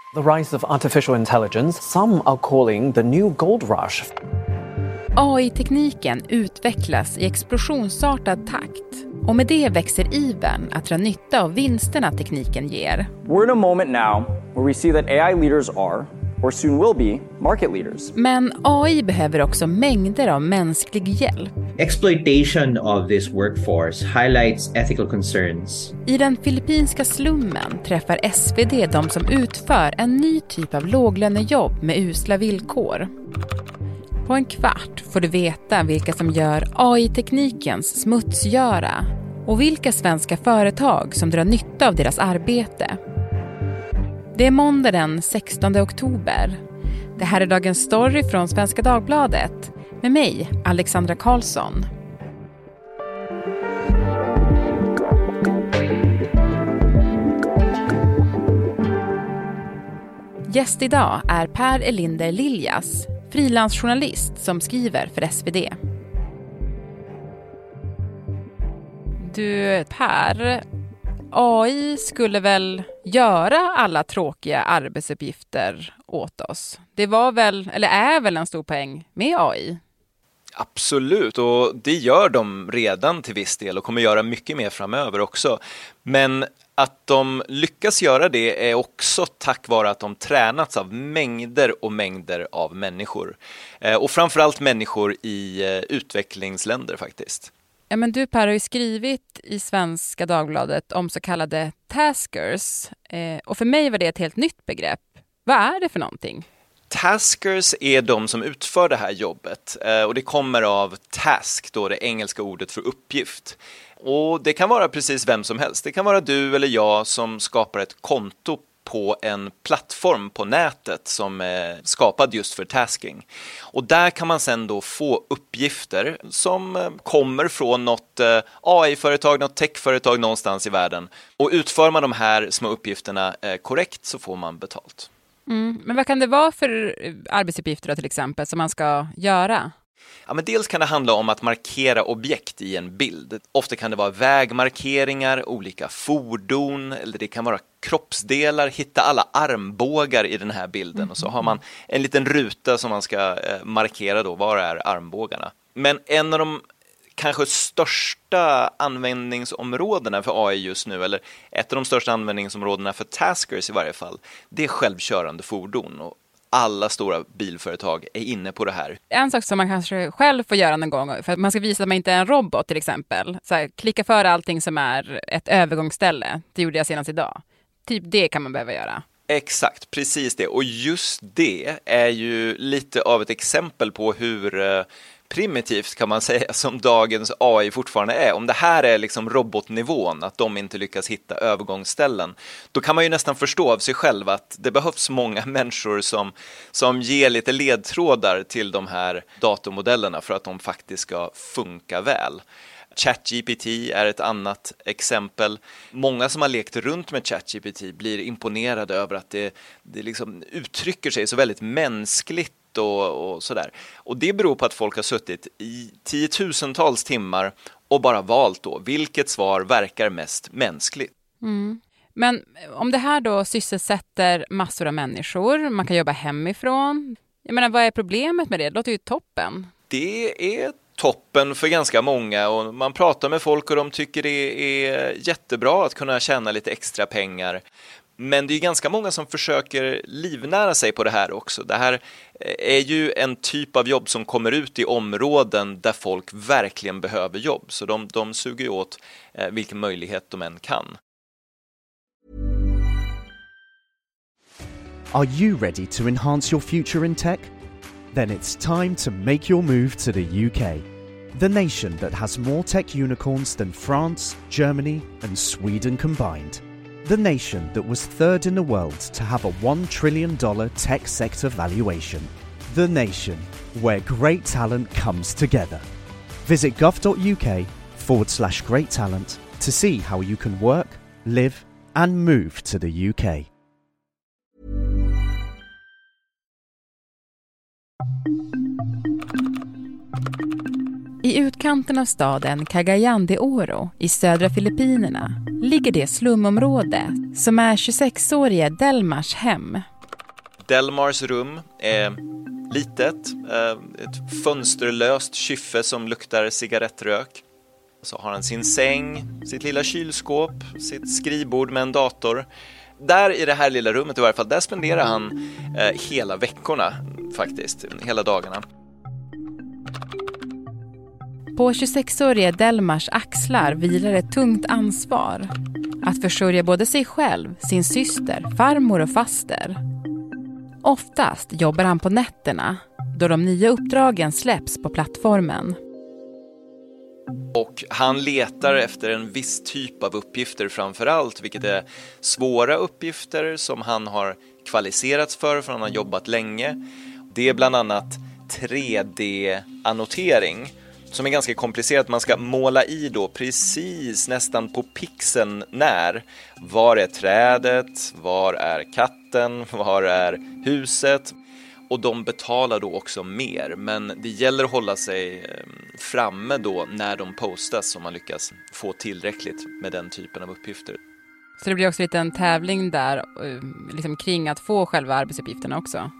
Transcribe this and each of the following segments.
The rise of artificial intelligence, some are calling the new gold rush. AI-tekniken utvecklas i explosionsartad takt och med det växer ivern att dra nytta av vinsterna tekniken ger. We're in a moment now where we see that AI leaders are, or soon will be, market leaders. Men AI behöver också mängder av mänsklig hjälp. Exploitation of this workforce highlights ethical concerns. I den filippinska slummen träffar SvD de som utför en ny typ av låglönejobb med usla villkor. På en kvart får du veta vilka som gör AI-teknikens smutsgöra och vilka svenska företag som drar nytta av deras arbete. Det är måndag den 16 oktober. Det här är dagens story från Svenska Dagbladet med mig, Alexandra Karlsson. Gäst idag är Per Elinder Liljas, frilansjournalist som skriver för SvD. Du Per, AI skulle väl göra alla tråkiga arbetsuppgifter åt oss? Det var väl, eller är väl en stor poäng med AI? Absolut, och det gör de redan till viss del och kommer göra mycket mer framöver också. Men att de lyckas göra det är också tack vare att de tränats av mängder och mängder av människor. Och framförallt människor i utvecklingsländer faktiskt. Ja, men du Per har ju skrivit i Svenska Dagbladet om så kallade taskers. Och för mig var det ett helt nytt begrepp. Vad är det för någonting? Taskers är de som utför det här jobbet. Och det kommer av task, då det engelska ordet för uppgift. Och det kan vara precis vem som helst. Det kan vara du eller jag som skapar ett konto på en plattform på nätet som är skapad just för tasking. Och där kan man sen då få uppgifter som kommer från något AI-företag, något tech-företag någonstans i världen. Och utför man de här små uppgifterna korrekt så får man betalt. Men vad kan det vara för arbetsuppgifter då, till exempel som man ska göra? Ja, men dels kan det handla om att markera objekt i en bild. Ofta kan det vara vägmarkeringar, olika fordon, eller det kan vara kroppsdelar, hitta alla armbågar i den här bilden. Och så har man en liten ruta som man ska markera då, var är armbågarna. Men en av de kanske största användningsområdena för AI just nu, eller ett av de största användningsområdena för taskers i varje fall, det är självkörande fordon. Och alla stora bilföretag är inne på det här. En sak som man kanske själv får göra någon gång, för att man ska visa att man inte är en robot till exempel. Så här, klicka för allting som är ett övergångsställe. Det gjorde jag senast idag. Typ det kan man behöva göra. Exakt, precis det. Och just det är ju lite av ett exempel på hur primitivt kan man säga som dagens AI fortfarande är. Om det här är liksom robotnivån, att de inte lyckas hitta övergångsställen, då kan man ju nästan förstå av sig själv att det behövs många människor som ger lite ledtrådar till de här datormodellerna för att de faktiskt ska funka väl. ChatGPT är ett annat exempel. Många som har lekt runt med ChatGPT blir imponerade över att det liksom uttrycker sig så väldigt mänskligt och sådär. Och det beror på att folk har suttit i 10,000-tals timmar och bara valt då vilket svar verkar mest mänskligt. Men om det här då sysselsätter massor av människor, man kan jobba hemifrån. Jag menar, vad är problemet med det? Det låter ju toppen. Det är toppen för ganska många och man pratar med folk och de tycker det är jättebra att kunna tjäna lite extra pengar. Men det är ganska många som försöker livnära sig på det här också. Det här är ju en typ av jobb som kommer ut i områden där folk verkligen behöver jobb. Så de suger ju åt vilken möjlighet de än kan. Are you ready to enhance your future in tech? Then it's time to make your move to the UK. The nation that has more tech unicorns than France, Germany and Sweden combined. The nation that was third in the world to have a $1 trillion tech sector valuation. The nation where great talent comes together. Visit gov.uk/great talent to see how you can work, live and move to the UK. I utkanten av staden Cagayan de Oro i södra Filippinerna ligger det slumområde som är 26-årige Delmars hem. Delmars rum är litet, ett fönsterlöst kyffe som luktar cigarettrök. Så har han sin säng, sitt lilla kylskåp, sitt skrivbord med en dator. Där i det här lilla rummet i varje fall, där spenderar han hela veckorna faktiskt, hela dagarna. På 26-årige Delmars axlar vilar ett tungt ansvar. Att försörja både sig själv, sin syster, farmor och faster. Oftast jobbar han på nätterna, då de nya uppdragen släpps på plattformen. Och han letar efter en viss typ av uppgifter framför allt, vilket är svåra uppgifter som han har kvalificerats för han har jobbat länge. Det är bland annat 3D-annotering som är ganska komplicerat. Man ska måla i då precis nästan på pixeln när. Var är trädet? Var är katten? Var är huset? Och de betalar då också mer, men det gäller att hålla sig framme då när de postas om man lyckas få tillräckligt med den typen av uppgifter. Så det blir också lite en tävling där liksom kring att få själva arbetsuppgifterna också?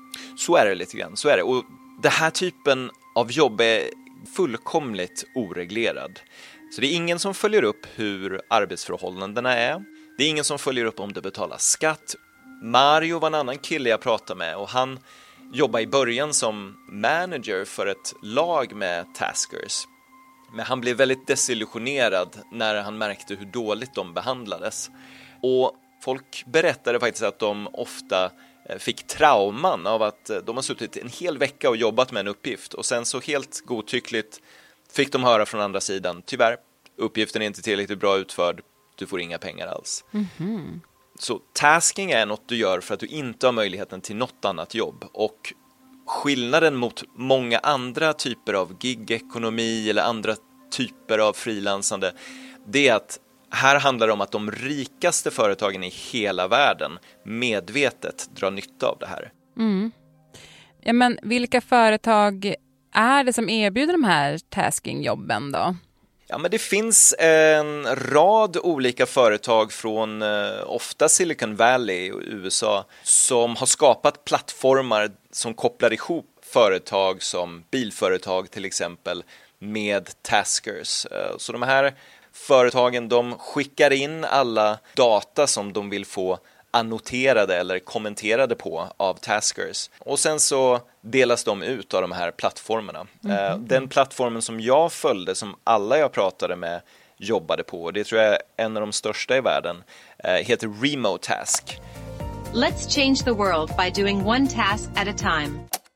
Så är det lite grann, så är det. Och den här typen av jobb är fullkomligt oreglerad. Så det är ingen som följer upp hur arbetsförhållandena är. Det är ingen som följer upp om det betalas skatt. Mario var en annan kille jag pratade med och han jobbade i början som manager för ett lag med taskers. Men han blev väldigt desillusionerad när han märkte hur dåligt de behandlades. Och folk berättade faktiskt att de ofta fick trauman av att de har suttit en hel vecka och jobbat med en uppgift. Och sen så helt godtyckligt fick de höra från andra sidan: tyvärr, uppgiften är inte tillräckligt bra utförd, du får inga pengar alls. Mm-hmm. Så tasking är något du gör för att du inte har möjligheten till något annat jobb. Och skillnaden mot många andra typer av gig-ekonomi eller andra typer av frilansande, det är att här handlar det om att de rikaste företagen i hela världen medvetet drar nytta av det här. Mm. Ja, men vilka företag är det som erbjuder de här tasking-jobben då? Ja, men det finns en rad olika företag från ofta Silicon Valley och USA som har skapat plattformar som kopplar ihop företag som bilföretag till exempel med taskers. Så de här företagen, de skickar in alla data som de vill få annoterade eller kommenterade på av taskers. Och sen så delas de ut av de här plattformarna. Den plattformen som jag följde, som alla jag pratade med jobbade på, det tror jag är en av de största i världen, heter Remotask. Let's change the world by doing one task at a time.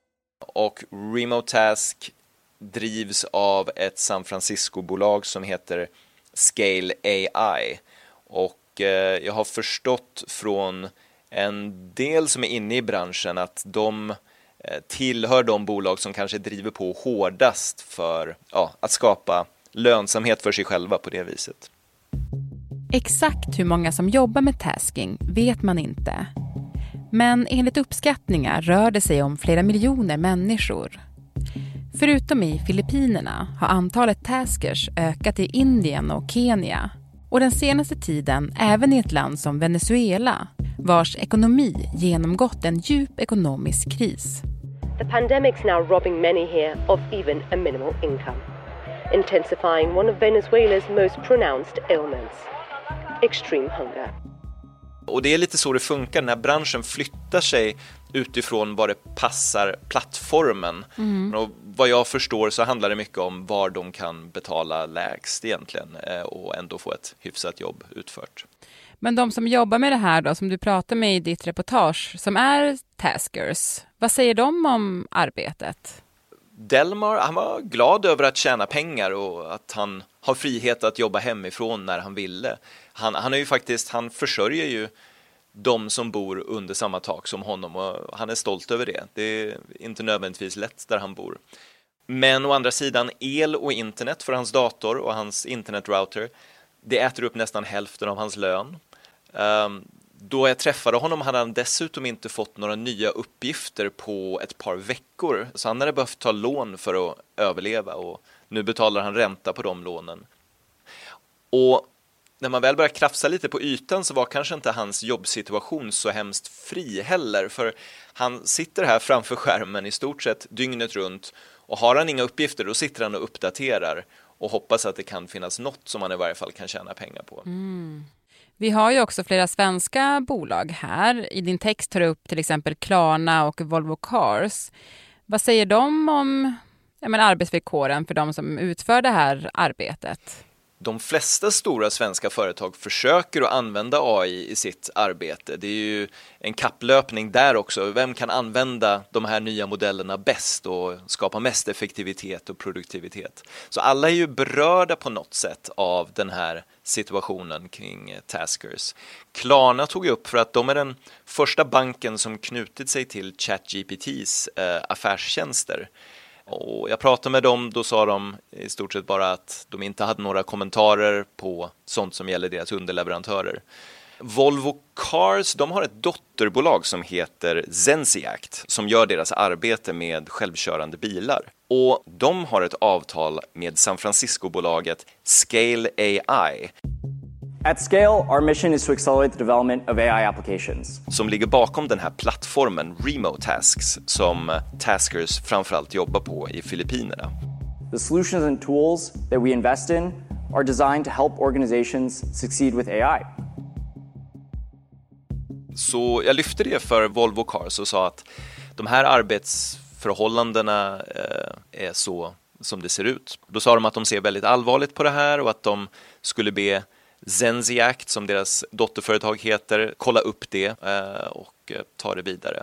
Och Remotask drivs av ett San Francisco-bolag som heter Scale AI. Och jag har förstått från en del som är inne i branschen att de tillhör de bolag som kanske driver på hårdast för att skapa lönsamhet för sig själva på det viset. Exakt hur många som jobbar med tasking vet man inte. Men enligt uppskattningar rör det sig om flera miljoner människor. Förutom i Filippinerna har antalet taskers ökat i Indien och Kenya. Och den senaste tiden även i ett land som Venezuela, vars ekonomi genomgått en djup ekonomisk kris. The pandemic's now robbing many here of even a minimal income, intensifying one of Venezuela's most pronounced ailments, extreme hunger. Och det är lite så det funkar när branschen flyttar sig utifrån vad det passar plattformen. Och vad jag förstår så handlar det mycket om var de kan betala lägst egentligen och ändå få ett hyfsat jobb utfört. Men de som jobbar med det här då, som du pratar med i ditt reportage, som är taskers, vad säger de om arbetet? Delmar, han var glad över att tjäna pengar och att han har frihet att jobba hemifrån när han ville. Han är ju faktiskt, han försörjer ju de som bor under samma tak som honom och han är stolt över det. Det är inte nödvändigtvis lätt där han bor. Men å andra sidan, el och internet för hans dator och hans internetrouter, det äter upp nästan hälften av hans lön. Då jag träffade honom hade han dessutom inte fått några nya uppgifter på ett par veckor. Så han hade behövt ta lån för att överleva och nu betalar han ränta på de lånen. Och när man väl börjar krafsa lite på ytan så var kanske inte hans jobbsituation så hemskt fri heller, för han sitter här framför skärmen i stort sett dygnet runt, och har han inga uppgifter då sitter han och uppdaterar och hoppas att det kan finnas något som man i varje fall kan tjäna pengar på. Vi har ju också flera svenska bolag här. I din text tar du upp till exempel Klarna och Volvo Cars. Vad säger de om arbetsvillkoren för de som utför det här arbetet? De flesta stora svenska företag försöker att använda AI i sitt arbete. Det är ju en kapplöpning där också. Vem kan använda de här nya modellerna bäst och skapa mest effektivitet och produktivitet? Så alla är ju berörda på något sätt av den här situationen kring Taskers. Klarna tog upp för att de är den första banken som knutit sig till ChatGPTs affärstjänster. Och jag pratade med dem, då sa de i stort sett bara att de inte hade några kommentarer på sånt som gäller deras underleverantörer. Volvo Cars, de har ett dotterbolag som heter Zenseact som gör deras arbete med självkörande bilar. Och de har ett avtal med San Francisco-bolaget Scale AI. At Scale, our mission is to accelerate the development of AI applications. Som ligger bakom den här plattformen Remote Tasks som Taskers framförallt jobbar på i Filippinerna. The solutions and tools that we invest in are designed to help organizations succeed with AI. Så jag lyfte det för Volvo Cars och sa att de här arbetsförhållandena är så som det ser ut. Då sa de att de ser väldigt allvarligt på det här och att de skulle be Zenseact, som deras dotterföretag heter, kolla upp det och ta det vidare.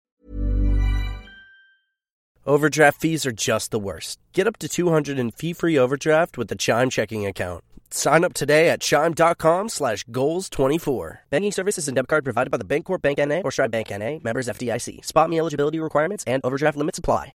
Overdraft fees are just the worst. Get up to $200 in fee-free overdraft with the Chime checking account. Sign up today at chime.com/goals24. Banking services and debit card provided by the Bancorp Bank N.A. or Stride Bank N.A. Members FDIC. Spot me eligibility requirements and overdraft limits apply.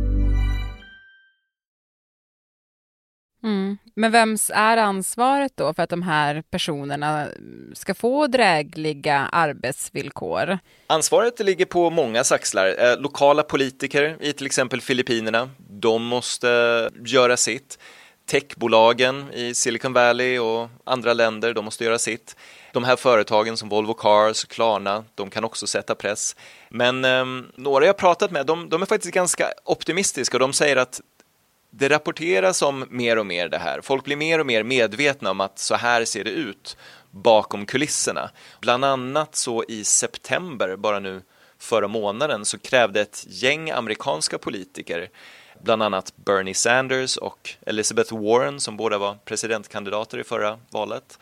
Men vems är ansvaret då för att de här personerna ska få drägliga arbetsvillkor? Ansvaret ligger på många axlar. Lokala politiker i till exempel Filippinerna, de måste göra sitt. Techbolagen i Silicon Valley och andra länder, de måste göra sitt. De här företagen som Volvo Cars, Klarna, de kan också sätta press. Men några jag pratat med, de är faktiskt ganska optimistiska och de säger att det rapporteras om mer och mer det här. Folk blir mer och mer medvetna om att så här ser det ut bakom kulisserna. Bland annat så i september, bara nu förra månaden, så krävde ett gäng amerikanska politiker, bland annat Bernie Sanders och Elizabeth Warren, som båda var presidentkandidater i förra valet.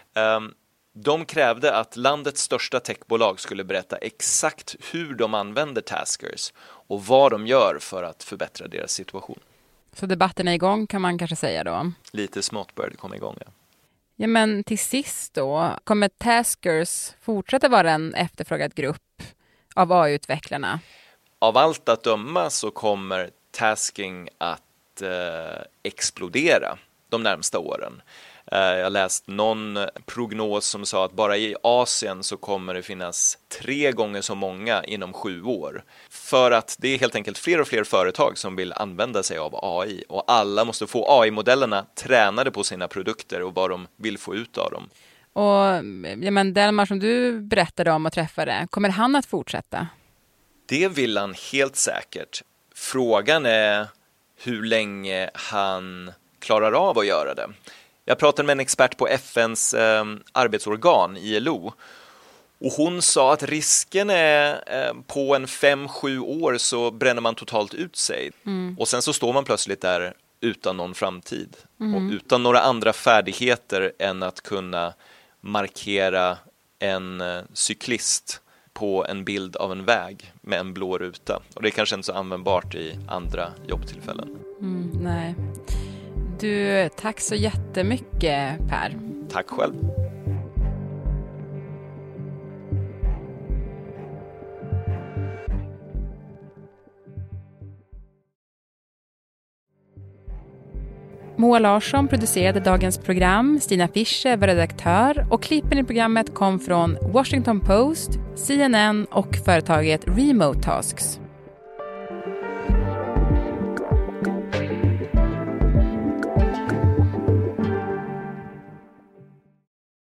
De krävde att landets största techbolag skulle berätta exakt hur de använder Taskers och vad de gör för att förbättra deras situation. Så debatten är igång, kan man kanske säga då? Lite smått började komma igång, ja. Ja, men till sist då, kommer Taskers fortsätta vara en efterfrågad grupp av AI-utvecklarna? Av allt att döma så kommer tasking att explodera de närmsta åren. Jag läst någon prognos som sa att bara i Asien så kommer det finnas 3 gånger så många inom 7 år. För att det är helt enkelt fler och fler företag som vill använda sig av AI. Och alla måste få AI-modellerna tränade på sina produkter och vad de vill få ut av dem. Och ja, men Delmar, som du berättade om och träffade, kommer han att fortsätta? Det vill han helt säkert. Frågan är hur länge han klarar av att göra det. Jag pratade med en expert på FNs arbetsorgan, ILO, och hon sa att risken är på en 5-7 år så bränner man totalt ut sig. Och sen så står man plötsligt där utan någon framtid och utan några andra färdigheter än att kunna markera en cyklist på en bild av en väg med en blå ruta. Och det är kanske inte så användbart i andra jobbtillfällen. Nej. Du, tack så jättemycket, Per. Tack själv. Moa Larsson producerade dagens program, Stina Fischer var redaktör och klippen i programmet kom från Washington Post, CNN och företaget Remote Tasks.